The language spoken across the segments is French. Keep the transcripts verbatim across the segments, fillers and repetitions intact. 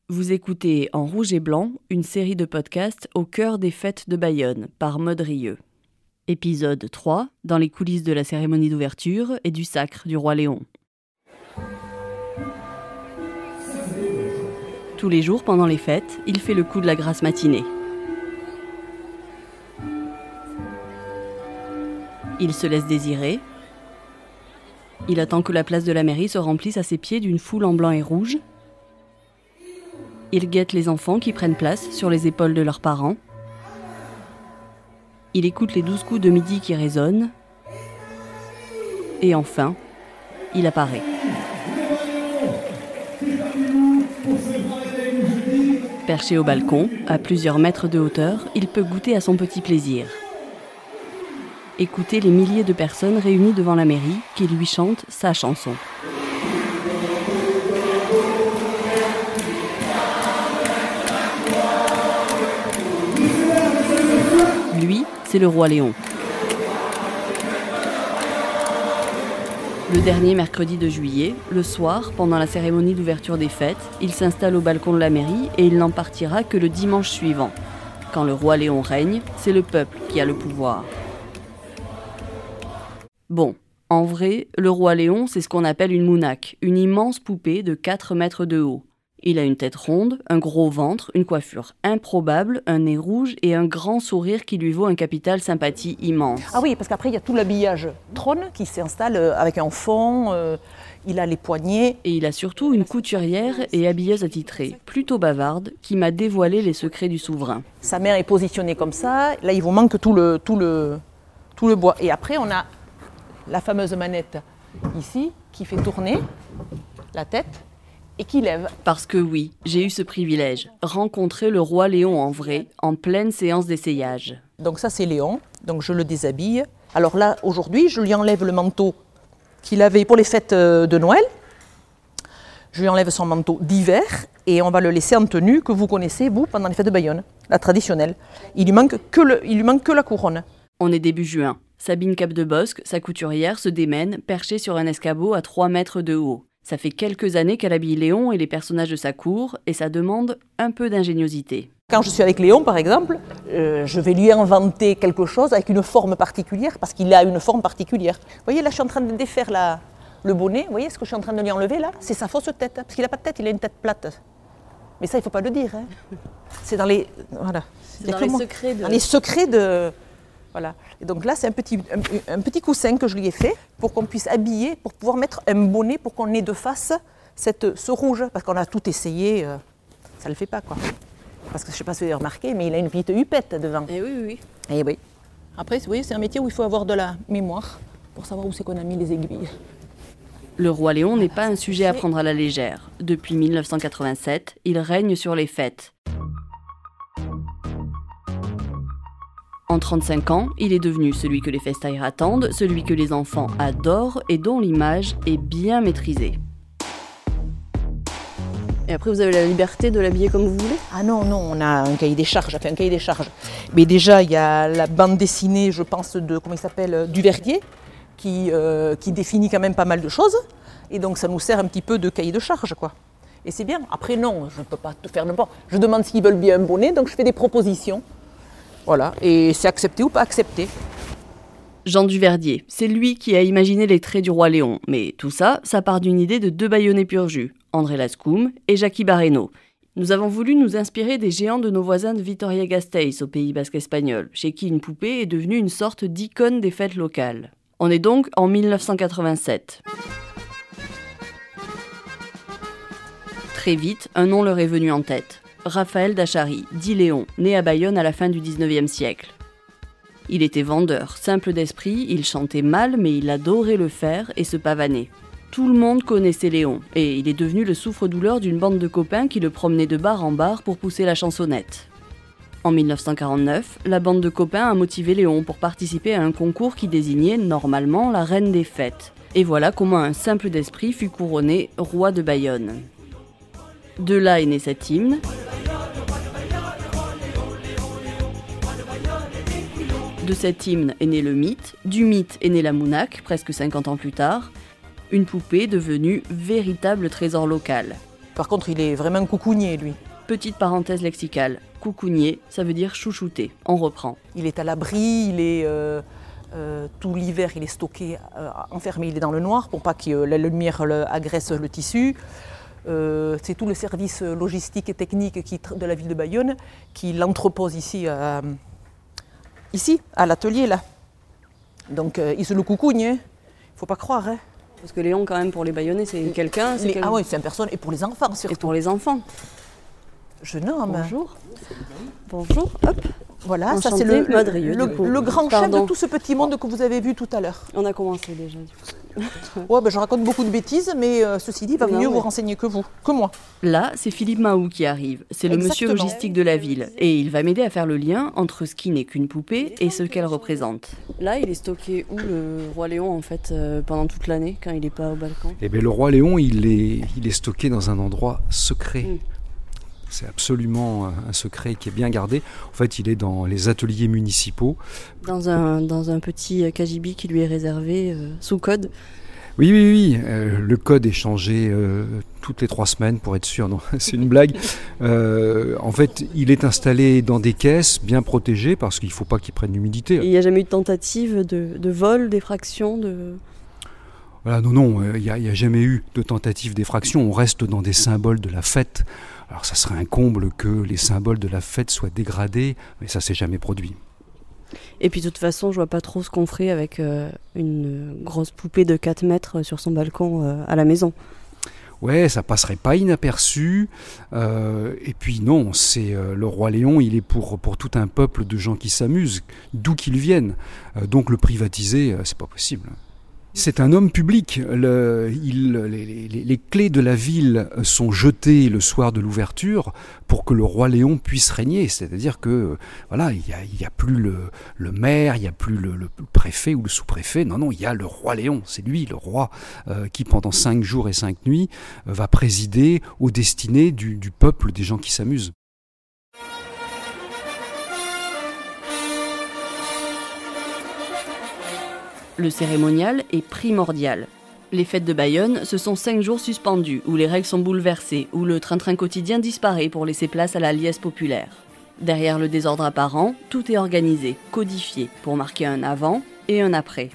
Vous écoutez En Rouge et Blanc, une série de podcasts au cœur des fêtes de Bayonne, par Maud Rieux. Épisode trois, dans les coulisses de la cérémonie d'ouverture et du sacre du roi Léon. Tous les jours pendant les fêtes, il fait le coup de la grasse matinée. Il se laisse désirer. Il attend que la place de la mairie se remplisse à ses pieds d'une foule en blanc et rouge. Il guette les enfants qui prennent place sur les épaules de leurs parents. Il écoute les douze coups de midi qui résonnent. Et enfin, il apparaît. Perché au balcon, à plusieurs mètres de hauteur, il peut goûter à son petit plaisir. Écouter les milliers de personnes réunies devant la mairie qui lui chantent sa chanson. Lui, c'est le roi Léon. Le dernier mercredi de juillet, le soir, pendant la cérémonie d'ouverture des fêtes, il s'installe au balcon de la mairie et il n'en partira que le dimanche suivant. Quand le roi Léon règne, c'est le peuple qui a le pouvoir. Bon, en vrai, le roi Léon, c'est ce qu'on appelle une mounaque, une immense poupée de quatre mètres de haut. Il a une tête ronde, un gros ventre, une coiffure improbable, un nez rouge et un grand sourire qui lui vaut un capital sympathie immense. Ah oui, parce qu'après, il y a tout l'habillage trône qui s'installe avec un fond, euh, il a les poignets. Et il a surtout une couturière et habilleuse attitrée, plutôt bavarde, qui m'a dévoilé les secrets du souverain. Sa main est positionnée comme ça, là il vous manque tout le, tout le, tout le bois. Et après, on a la fameuse manette ici qui fait tourner la tête. Et qui lève. Parce que oui, j'ai eu ce privilège, rencontrer le roi Léon en vrai, en pleine séance d'essayage. Donc ça c'est Léon, donc je le déshabille. Alors là, aujourd'hui, je lui enlève le manteau qu'il avait pour les fêtes de Noël. Je lui enlève son manteau d'hiver et on va le laisser en tenue que vous connaissez, vous, pendant les fêtes de Bayonne, la traditionnelle. Il lui manque que, le, il lui manque que la couronne. On est début juin. Sabine Capdebosque, sa couturière, se démène, perchée sur un escabeau à trois mètres de haut. Ça fait quelques années qu'elle habille Léon et les personnages de sa cour, et ça demande un peu d'ingéniosité. Quand je suis avec Léon, par exemple, euh, je vais lui inventer quelque chose avec une forme particulière, parce qu'il a une forme particulière. Vous voyez, là, je suis en train de défaire la, le bonnet. Vous voyez ce que je suis en train de lui enlever, là? C'est sa fausse tête, parce qu'il n'a pas de tête, il a une tête plate. Mais ça, il ne faut pas le dire. Hein. C'est dans les... Voilà. C'est dans les, secrets de... dans les secrets de... Voilà. Et donc là, c'est un petit, un, un petit coussin que je lui ai fait pour qu'on puisse habiller, pour pouvoir mettre un bonnet, pour qu'on ait de face cette, ce rouge. Parce qu'on a tout essayé, euh, ça ne le fait pas, quoi. Parce que je ne sais pas si vous avez remarqué, mais il a une petite huppette devant. Eh oui, oui, oui. Et oui. Après, vous voyez, c'est un métier où il faut avoir de la mémoire pour savoir où c'est qu'on a mis les aiguilles. Le roi Léon n'est pas un sujet à prendre à la légère. Depuis mille neuf cent quatre-vingt-sept, il règne sur les fêtes. En trente-cinq ans, il est devenu celui que les festaires attendent, celui que les enfants adorent et dont l'image est bien maîtrisée. Et après, vous avez la liberté de l'habiller comme vous voulez ? Ah non, non, on a un cahier des charges, j'ai fait un cahier des charges. Mais déjà, il y a la bande dessinée, je pense, de, comment il s'appelle, Duverdier, qui, euh, qui définit quand même pas mal de choses. Et donc, ça nous sert un petit peu de cahier de charges, quoi. Et c'est bien. Après, non, je ne peux pas tout faire n'importe. Je demande s'ils veulent bien un bonnet, donc je fais des propositions. Voilà, et c'est accepté ou pas accepté. Jean Duverdier, c'est lui qui a imaginé les traits du roi Léon. Mais tout ça, ça part d'une idée de deux Bayonnais pur jus, André Lascoum et Jackie Barreno. Nous avons voulu nous inspirer des géants de nos voisins de Vitoria-Gasteiz, au Pays basque espagnol, chez qui une poupée est devenue une sorte d'icône des fêtes locales. On est donc en mille neuf cent quatre-vingt-sept. Très vite, un nom leur est venu en tête. Raphaël d'Achary, dit Léon, né à Bayonne à la fin du dix-neuvième siècle. Il était vendeur, simple d'esprit, il chantait mal, mais il adorait le faire et se pavaner. Tout le monde connaissait Léon, et il est devenu le souffre-douleur d'une bande de copains qui le promenaient de bar en bar pour pousser la chansonnette. En mille neuf cent quarante-neuf, la bande de copains a motivé Léon pour participer à un concours qui désignait normalement la reine des fêtes. Et voilà comment un simple d'esprit fut couronné roi de Bayonne. De là est né cet hymne. De cet hymne est né le mythe, du mythe est née la mounaque, presque cinquante ans plus tard, une poupée devenue véritable trésor local. Par contre, il est vraiment coucougné, lui. Petite parenthèse lexicale, coucougner, ça veut dire chouchouter. On reprend. Il est à l'abri, il est euh, euh, tout l'hiver, il est stocké, euh, enfermé, il est dans le noir pour pas que euh, la lumière le, agresse le tissu. Euh, c'est tout le service logistique et technique qui, de la ville de Bayonne qui l'entrepose ici, euh, ici, à l'atelier là. Donc euh, il se le coucougne, il hein. ne faut pas croire. Hein. Parce que Léon, quand même, pour les Bayonnais, c'est quelqu'un. C'est quel... Ah oui, c'est une personne, et pour les enfants surtout. Et pour les enfants. Jeune homme. Bonjour. Bonjour, hop. Voilà, Enchanté, ça c'est le, Madrieux, le, le, le grand Pardon. chef de tout ce petit monde que vous avez vu tout à l'heure. On a commencé déjà. Du coup. Ouais, ben, je raconte beaucoup de bêtises, mais euh, ceci dit, il va non, mieux mais... vous renseigner que vous, que moi. Là, c'est Philippe Mahou qui arrive. C'est le Exactement. monsieur logistique de la ville. Et il va m'aider à faire le lien entre ce qui n'est qu'une poupée et ce qu'elle représente. Là, il est stocké où, le roi Léon, en fait, euh, pendant toute l'année, quand il n'est pas au balcon? Eh bien, le roi Léon, il est, il est stocké dans un endroit secret. Mm. C'est absolument un secret qui est bien gardé. En fait, il est dans les ateliers municipaux. Dans un, dans un petit cagibi qui lui est réservé euh, sous code. Oui, oui, oui. Euh, le code est changé euh, toutes les trois semaines pour être sûr. Non, c'est une blague. Euh, en fait, il est installé dans des caisses bien protégées parce qu'il ne faut pas qu'il prenne l'humidité. Et il n'y a jamais eu de tentative de, de vol, d'effraction de... Voilà, non, non, il n'y a, a jamais eu de tentative d'effraction. On reste dans des symboles de la fête. Alors ça serait un comble que les symboles de la fête soient dégradés, mais ça s'est jamais produit. Et puis de toute façon, je vois pas trop ce qu'on ferait avec euh, une grosse poupée de quatre mètres sur son balcon euh, à la maison. Ouais, ça passerait pas inaperçu. Euh, et puis non, c'est euh, le roi Léon, il est pour, pour tout un peuple de gens qui s'amusent, d'où qu'ils viennent. Euh, donc le privatiser, euh, c'est pas possible. C'est un homme public. Le, il, les, les, les clés de la ville sont jetées le soir de l'ouverture pour que le roi Léon puisse régner. C'est-à-dire que voilà, il n'y a, il y a plus le, le maire, il n'y a plus le, le préfet ou le sous-préfet. Non, non, il y a le roi Léon. C'est lui, le roi, euh, qui pendant cinq jours et cinq nuits euh, va présider aux destinées du, du peuple, des gens qui s'amusent. Le cérémonial est primordial. Les fêtes de Bayonne, ce sont cinq jours suspendus, où les règles sont bouleversées, où le train-train quotidien disparaît pour laisser place à la liesse populaire. Derrière le désordre apparent, tout est organisé, codifié, pour marquer un avant et un après.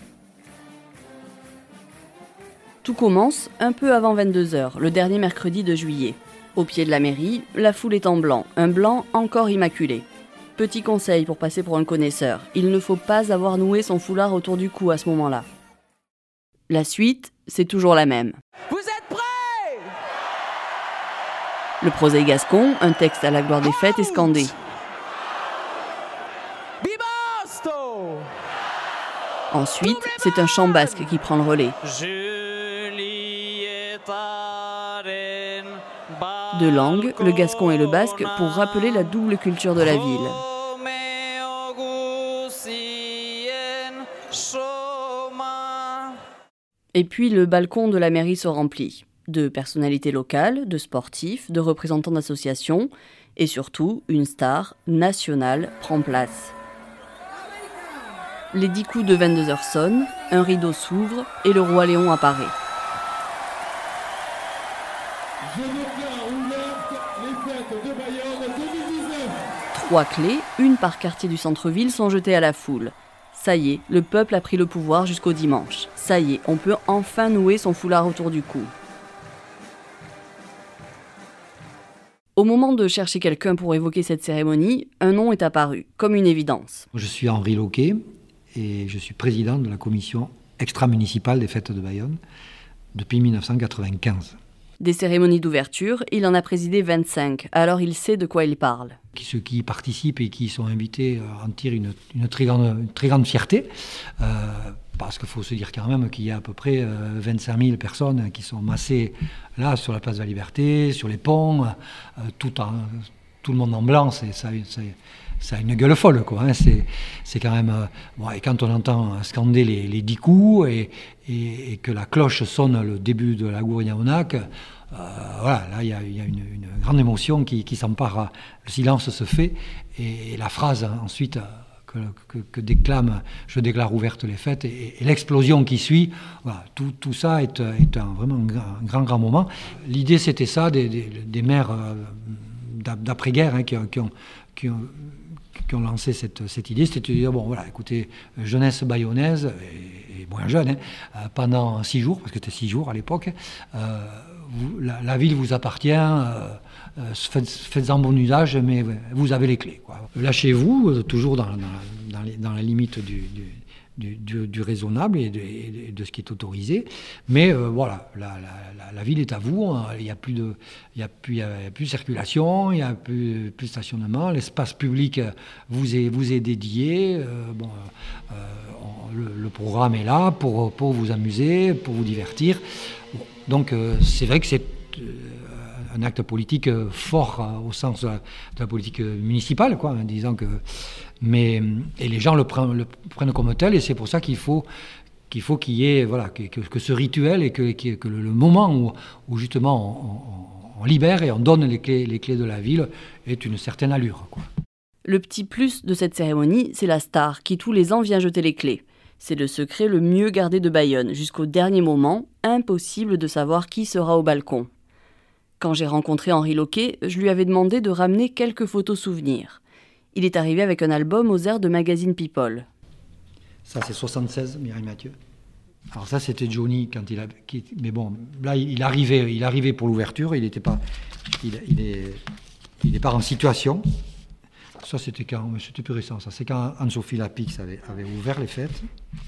Tout commence un peu avant vingt-deux heures, le dernier mercredi de juillet. Au pied de la mairie, la foule est en blanc, un blanc encore immaculé. Petit conseil pour passer pour un connaisseur, il ne faut pas avoir noué son foulard autour du cou à ce moment-là. La suite, c'est toujours la même. Vous êtes prêts? Le prosé gascon, un texte à la gloire des fêtes, est scandé. Bibasto! Ensuite, c'est un chant basque qui prend le relais. De langue, le gascon et le basque, pour rappeler la double culture de la ville. Et puis le balcon de la mairie se remplit, de personnalités locales, de sportifs, de représentants d'associations, et surtout, une star nationale prend place. Les dix coups de vingt-deux heures sonnent, un rideau s'ouvre et le roi Léon apparaît. Trois clés, une par quartier du centre-ville, sont jetées à la foule. Ça y est, le peuple a pris le pouvoir jusqu'au dimanche. Ça y est, on peut enfin nouer son foulard autour du cou. Au moment de chercher quelqu'un pour évoquer cette cérémonie, un nom est apparu, comme une évidence. Je suis Henri Loquet et je suis président de la commission extra-municipale des fêtes de Bayonne depuis mille neuf cent quatre-vingt-quinze. Des cérémonies d'ouverture, il en a présidé vingt-cinq, alors il sait de quoi il parle. Ceux qui y participent et qui sont invités en tirent une, une, très, grande, une très grande fierté, euh, parce qu'il faut se dire quand même qu'il y a à peu près euh, vingt-cinq mille personnes qui sont massées là, sur la place de la Liberté, sur les ponts, euh, tout, en, tout le monde en blanc, c'est, ça, c'est, ça a une gueule folle, quoi. Hein, c'est, c'est quand même... Euh, bon, et quand on entend scander les, les dix coups et, et, et que la cloche sonne le début de la Gourignac, Euh, voilà, là il y a, y a une, une grande émotion qui, qui s'empare, le silence se fait et, et la phrase ensuite euh, que, que, que déclame « Je déclare ouvertes les fêtes » et, et l'explosion qui suit. Voilà, tout, tout ça est, est un, vraiment un grand, un grand, grand moment. L'idée, c'était ça, des, des, des maires euh, d'après-guerre hein, qui, qui, ont, qui, ont, qui ont lancé cette, cette idée. C'était de dire, bon, voilà, écoutez, jeunesse bayonnaise, et, et moins jeune, hein, euh, pendant six jours, parce que c'était six jours à l'époque, euh, vous, la, la ville vous appartient, euh, euh, faites, faites-en bon usage, mais vous avez les clés, quoi. Lâchez-vous, toujours dans, dans, dans, les, dans la limite du, du, du, du, du raisonnable et de, et de ce qui est autorisé. Mais euh, voilà, la, la, la ville est à vous, il n'y a plus de, il y a plus, il y a plus de circulation, il n'y a plus, plus de stationnement, l'espace public vous est, vous est dédié. Euh, bon, euh, on, le, le programme est là pour, pour vous amuser, pour vous divertir. Bon, donc euh, c'est vrai que c'est euh, un acte politique fort euh, au sens de la, de la politique municipale, quoi, en disant que... Mais, et les gens le prennent, le prennent comme tel, et c'est pour ça qu'il faut qu'il faut qu'il y ait, voilà, que, que, que ce rituel et que, que, que le, le moment où, où justement on, on, on libère et on donne les clés, les clés de la ville ait une certaine allure, quoi. Le petit plus de cette cérémonie, c'est la star qui tous les ans vient jeter les clés. C'est le secret le mieux gardé de Bayonne. Jusqu'au dernier moment, impossible de savoir qui sera au balcon. Quand j'ai rencontré Henri Loquet, je lui avais demandé de ramener quelques photos souvenirs. Il est arrivé avec un album aux airs de magazine People. Ça, c'est soixante-seize, Mireille Mathieu. Alors ça, c'était Johnny quand il a... Qui, mais bon, là, il arrivait, il arrivait pour l'ouverture, il n'était pas... Il, il est, il est pas en situation. Ça, c'était quand... C'était plus récent, ça. C'est quand Anne-Sophie Lapix avait, avait ouvert les fêtes.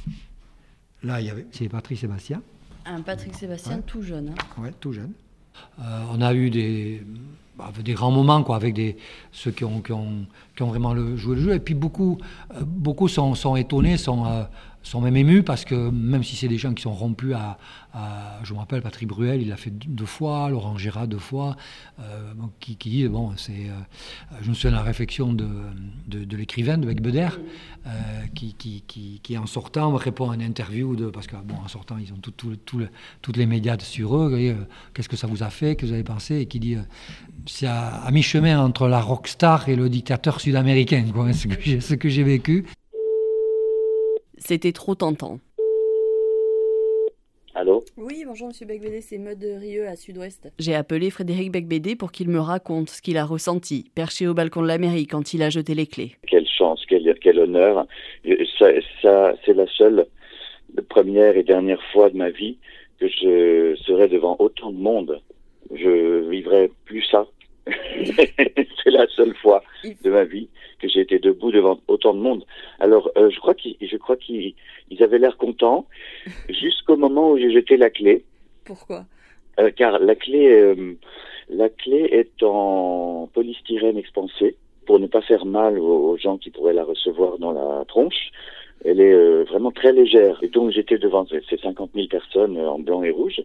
Là, il y avait... C'est Patrick Sébastien. Un Patrick Sébastien ouais. tout jeune. Hein. Oui, tout jeune. Euh, on a eu des, bah, des grands moments, quoi, avec des, ceux qui ont, qui ont, qui ont vraiment le, joué le jeu. Et puis beaucoup, euh, beaucoup sont, sont étonnés, sont, euh, sont même émus, parce que même si c'est des gens qui sont rompus à... à je me rappelle, Patrick Bruel, il l'a fait deux fois, Laurent Gérard deux fois, euh, qui, qui dit, bon, c'est... Euh, je me souviens de la réflexion de, de, de l'écrivain, de Becbeder, euh, qui, qui, qui, qui, en sortant, répond à une interview, de, parce que, bon, en sortant, ils ont tout, tout, tout le, toutes les médias sur eux, et, euh, qu'est-ce que ça vous a fait, que vous avez pensé, et qui dit, euh, c'est à, à mi-chemin entre la rockstar et le dictateur sud-américain, quoi, ce que j'ai, ce que j'ai vécu. C'était trop tentant. Allô ? Oui, bonjour Monsieur Becbédé, c'est Maude Rieux à Sud-Ouest. J'ai appelé Frédéric Becbédé pour qu'il me raconte ce qu'il a ressenti, perché au balcon de la mairie quand il a jeté les clés. Quelle chance, quel, quel honneur. Ça, ça, c'est la seule première et dernière fois de ma vie que je serai devant autant de monde. Je vivrai plus ça. C'est la seule fois de ma vie que j'ai été debout devant autant de monde. Alors, euh, je crois qu'ils, je crois qu'ils ils avaient l'air contents jusqu'au moment où j'ai jeté la clé. Pourquoi ? euh, Car la clé, euh, la clé est en polystyrène expansé pour ne pas faire mal aux, aux gens qui pourraient la recevoir dans la tronche. Elle est euh, vraiment très légère. Et donc, j'étais devant ces cinquante mille personnes en blanc et rouge.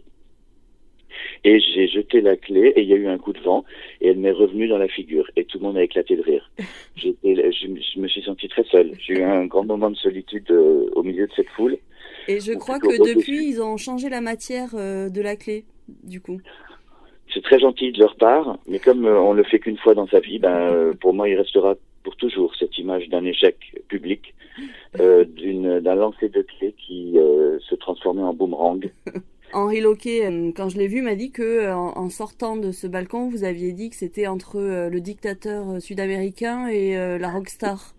Et j'ai jeté la clé et il y a eu un coup de vent et elle m'est revenue dans la figure et tout le monde a éclaté de rire. J'étais, je, je me suis senti très seul. J'ai eu un grand moment de solitude euh, au milieu de cette foule. Et je crois que depuis, ils ont changé la matière euh, de la clé, du coup. C'est très gentil de leur part, mais comme euh, on le fait qu'une fois dans sa vie, ben, euh, pour moi, il restera pour toujours cette image d'un échec public, euh, d'une, d'un lancer de clé qui euh, se transformait en boomerang. Henri Loquet, quand je l'ai vu, m'a dit que en sortant de ce balcon, vous aviez dit que c'était entre le dictateur sud-américain et la rockstar.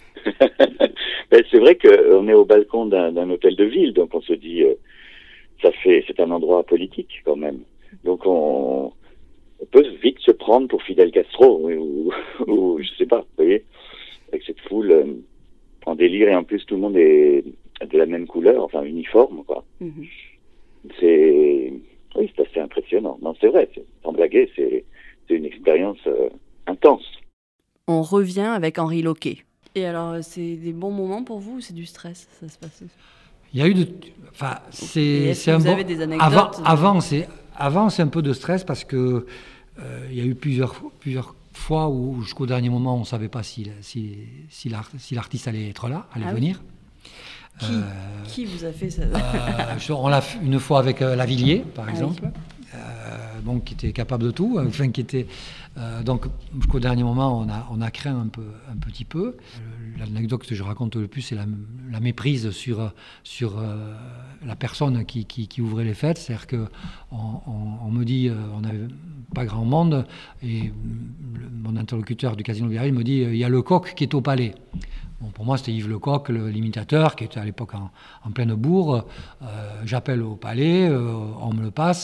Ben, c'est vrai qu'on est au balcon d'un, d'un hôtel de ville, donc on se dit, euh, ça fait, c'est un endroit politique quand même. Donc on, on peut vite se prendre pour Fidel Castro ou, ou, ou je sais pas, vous voyez, avec cette foule euh, en délire et en plus tout le monde est de la même couleur, enfin uniforme, quoi. Mm-hmm. C'est, oui, c'est assez impressionnant. Non, c'est vrai, c'est, sans blaguer, c'est, c'est une expérience euh, intense. On revient avec Henri Loquet. Et alors, c'est des bons moments pour vous ou c'est du stress, ça se passe ? Il y a eu de, enfin, c'est, c'est un vous bon. Avez des anecdotes avant, avant, c'est, avant, c'est un peu de stress parce que euh, il y a eu plusieurs, plusieurs fois où jusqu'au dernier moment, on savait pas si, si, si, l'art, si l'artiste allait être là, allait ah, venir. Oui. Qui, euh, qui vous a fait ça ? euh, On l'a fait une fois avec euh, Lavillier, par ah, exemple. Oui. euh, bon, qui était capable de tout, enfin, qui était, euh, donc jusqu'au dernier moment, on a, on a craint un, peu, un petit peu. L'anecdote que je raconte le plus, c'est la, la méprise sur, sur euh, la personne qui, qui, qui ouvrait les fêtes. C'est-à-dire qu'on on, on me dit, euh, on n'avait pas grand monde, et le, mon interlocuteur du Casino Viaril me dit, il y a le coq qui est au palais. Bon, pour moi, c'était Yves Lecoq, le, l'imitateur, qui était à l'époque en, en pleine bourre. Euh, j'appelle au palais, euh, on me le passe,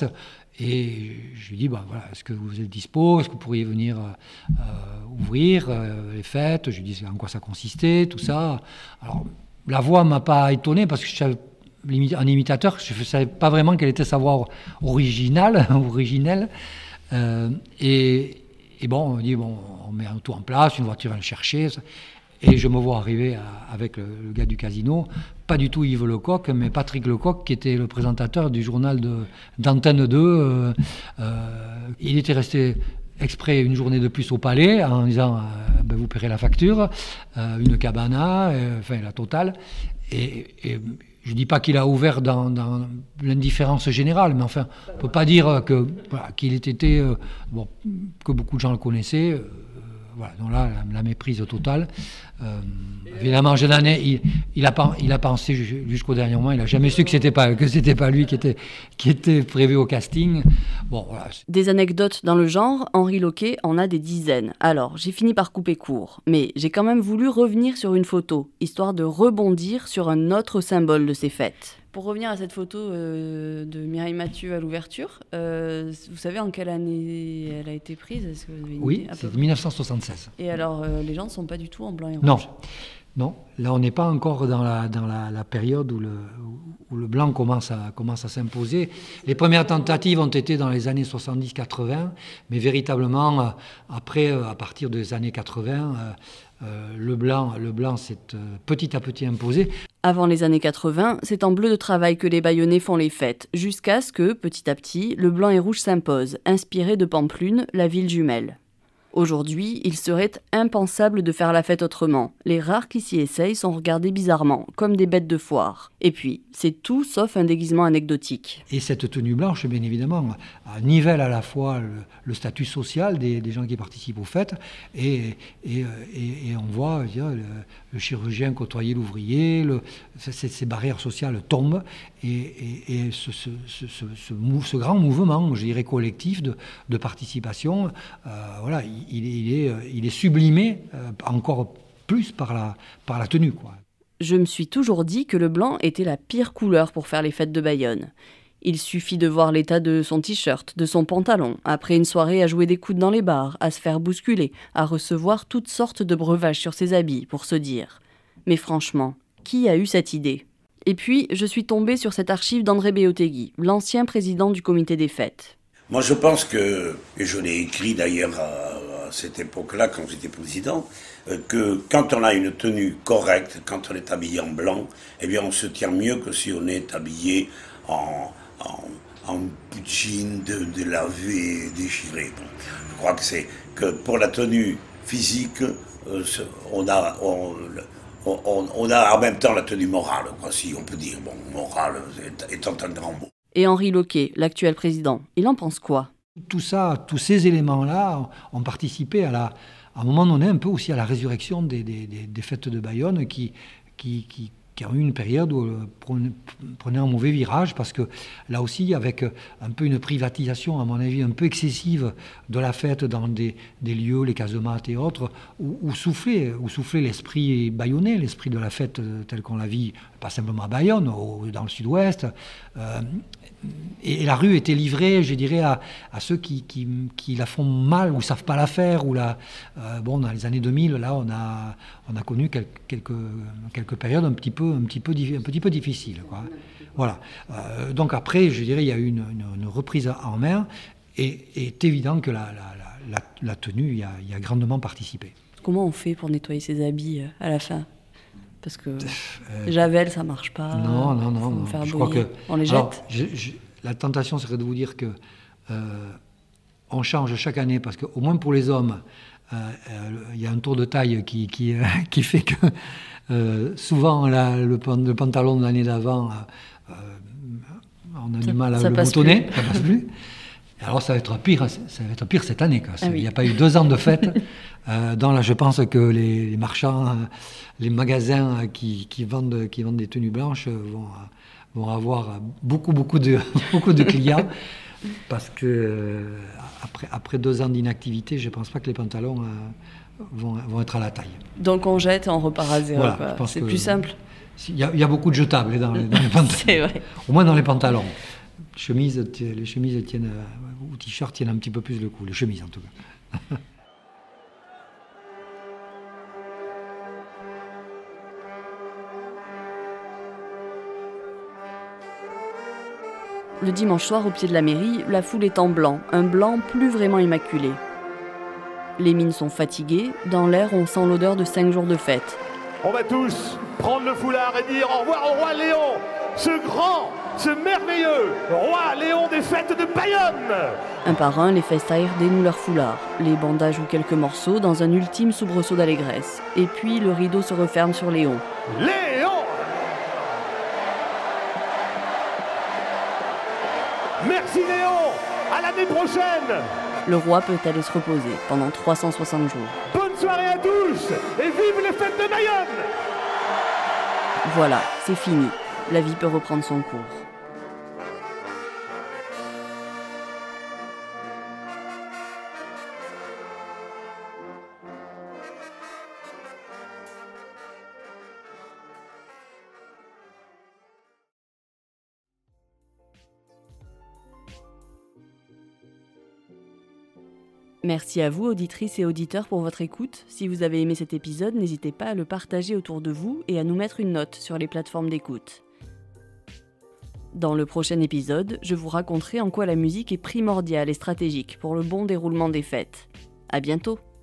et je lui dis, bah, voilà, est-ce que vous êtes dispo, est-ce que vous pourriez venir euh, ouvrir euh, les fêtes? Je lui dis en quoi ça consistait, tout ça. Alors, la voix ne m'a pas étonné, parce que je savais, en imitateur, je ne savais pas vraiment quelle était sa voix originale, originelle. Euh, et, et bon, on dit, bon, on met tout en place, une voiture va le chercher. Et je me vois arriver à, avec le, le gars du casino, pas du tout Yves Lecoq, mais Patrick Lecoq, qui était le présentateur du journal de, d'Antenne deux. Euh, euh, il était resté exprès une journée de plus au palais, en disant euh, ben, vous paierez la facture, euh, une cabana, euh, enfin la totale. Et, et je ne dis pas qu'il a ouvert dans, dans l'indifférence générale, mais enfin, on ne peut pas dire que, voilà, qu'il ait été, euh, bon, que beaucoup de gens le connaissaient. Euh, Voilà, donc là, la, la méprise totale. Euh, évidemment, jeune année, il, il, a, il a pensé jusqu'au dernier moment, il n'a jamais su que ce n'était pas, que c'était pas lui qui était, qui était prévu au casting. Bon, voilà. Des anecdotes dans le genre, Henri Loquet en a des dizaines. Alors, j'ai fini par couper court, mais j'ai quand même voulu revenir sur une photo, histoire de rebondir sur un autre symbole de ces fêtes. Pour revenir à cette photo euh, de Mireille Mathieu à l'ouverture, euh, vous savez en quelle année elle a été prise? Est-ce que vous avez une Oui, idée, c'est dix-neuf cent soixante-seize. Et alors, euh, les gens ne sont pas du tout en blanc et rouge? Non, non. Là, on n'est pas encore dans la, dans la, la période où le, où le blanc commence à, commence à s'imposer. Les premières tentatives ont été dans les années soixante-dix quatre-vingts, mais véritablement, après, à partir des années quatre-vingts, euh, le blanc, le blanc s'est euh, petit à petit imposé. Avant les années quatre-vingts, c'est en bleu de travail que les Bayonnais font les fêtes, jusqu'à ce que, petit à petit, le blanc et rouge s'impose, inspiré de Pampelune, la ville jumelle. Aujourd'hui, il serait impensable de faire la fête autrement. Les rares qui s'y essayent sont regardés bizarrement, comme des bêtes de foire. Et puis, c'est tout sauf un déguisement anecdotique. Et cette tenue blanche, bien évidemment, nivelle à la fois le, le statut social des, des gens qui participent aux fêtes, et, et, et, et on voit dire, le, le chirurgien côtoyer l'ouvrier, le, ces, ces barrières sociales tombent, et, et, et ce, ce, ce, ce, ce, ce grand mouvement, je dirais, collectif de, de participation, euh, voilà, il, il, est, il est sublimé euh, encore plus par la, par la tenue, quoi. Je me suis toujours dit que le blanc était la pire couleur pour faire les fêtes de Bayonne. Il suffit de voir l'état de son t-shirt, de son pantalon, après une soirée à jouer des coudes dans les bars, à se faire bousculer, à recevoir toutes sortes de breuvages sur ses habits, pour se dire. Mais franchement, qui a eu cette idée? Et puis, je suis tombée sur cette archive d'André Béotegui, l'ancien président du comité des fêtes. Moi, je pense que, et je l'ai écrit d'ailleurs à, à cette époque-là, quand j'étais président, euh, que quand on a une tenue correcte, quand on est habillé en blanc, eh bien, on se tient mieux que si on est habillé en, en, en jean de, de lavé, déchiré. Bon, je crois que c'est que pour la tenue physique, euh, on a... On, on, on a en même temps la tenue morale, quoi, si on peut dire. Bon, morale étant un grand mot. Et Henri Loquet, l'actuel président, il en pense quoi? Tout ça, tous ces éléments-là ont participé à, la, à un moment donné un peu aussi à la résurrection des, des, des, des fêtes de Bayonne qui, qui, qui, qui ont eu une période où prenaient, prenaient un mauvais virage parce que là aussi, avec un peu une privatisation, à mon avis, un peu excessive de la fête dans des, des lieux, les casemates et autres, où, où, soufflait, où soufflait l'esprit bayonnais, l'esprit de la fête telle qu'on la vit, pas simplement à Bayonne, au, dans le sud-ouest. Euh, Et la rue était livrée, je dirais, à, à ceux qui, qui, qui la font mal ou ne savent pas la faire. Ou la, euh, bon, dans les années deux mille, là, on a, on a connu quelques, quelques, quelques périodes un petit peu, un petit peu, un petit peu difficiles, quoi. Voilà. Euh, donc après, je dirais, il y a eu une, une, une reprise en main. Et il est évident que la, la, la, la tenue y a, y a grandement participé. Comment on fait pour nettoyer ses habits à la fin ? Parce que euh, Javel, ça marche pas. Non, non, non. non. Faire je crois que, on les jette. Alors, je, je, la tentation serait de vous dire que euh, on change chaque année, parce qu'au moins pour les hommes, il euh, euh, y a un tour de taille qui, qui, euh, qui fait que euh, souvent la, le, le pantalon de l'année d'avant, euh, on a ça, du mal à le moutonner, ça passe plus. Alors ça va être pire, ça va être pire cette année. Quoi. Ah oui. Il n'y a pas eu deux ans de fête. euh, dans là, je pense que les, les marchands, euh, les magasins euh, qui, qui, vendent, qui vendent des tenues blanches euh, vont, euh, vont avoir beaucoup, beaucoup de, beaucoup de clients. Parce que euh, après, après deux ans d'inactivité, je ne pense pas que les pantalons euh, vont, vont être à la taille. Donc on jette et on repart à zéro. Voilà, quoi. je pense C'est que- plus simple. Il y, a, il y a beaucoup de jetables dans les, dans les pantalons. C'est vrai. Au moins dans les pantalons. Chemises, ti- les chemises tiennent, euh, ou t-shirts tiennent un petit peu plus le coup. Les chemises en tout cas. Le dimanche soir, au pied de la mairie, la foule est en blanc, un blanc plus vraiment immaculé. Les mines sont fatiguées, dans l'air on sent l'odeur de cinq jours de fête. On va tous prendre le foulard et dire au revoir au roi Léon, ce grand, ce merveilleux roi Léon des fêtes de Bayonne. Un par un, les festaires dénouent leurs foulards, les bandages ou quelques morceaux dans un ultime soubresaut d'allégresse. Et puis le rideau se referme sur Léon. Léon! Merci Léon! À l'année prochaine! Le roi peut aller se reposer pendant trois cent soixante jours. Bonne soirée à tous et vive les fêtes de Bayonne! Voilà, c'est fini. La vie peut reprendre son cours. Merci à vous, auditrices et auditeurs, pour votre écoute. Si vous avez aimé cet épisode, n'hésitez pas à le partager autour de vous et à nous mettre une note sur les plateformes d'écoute. Dans le prochain épisode, je vous raconterai en quoi la musique est primordiale et stratégique pour le bon déroulement des fêtes. À bientôt!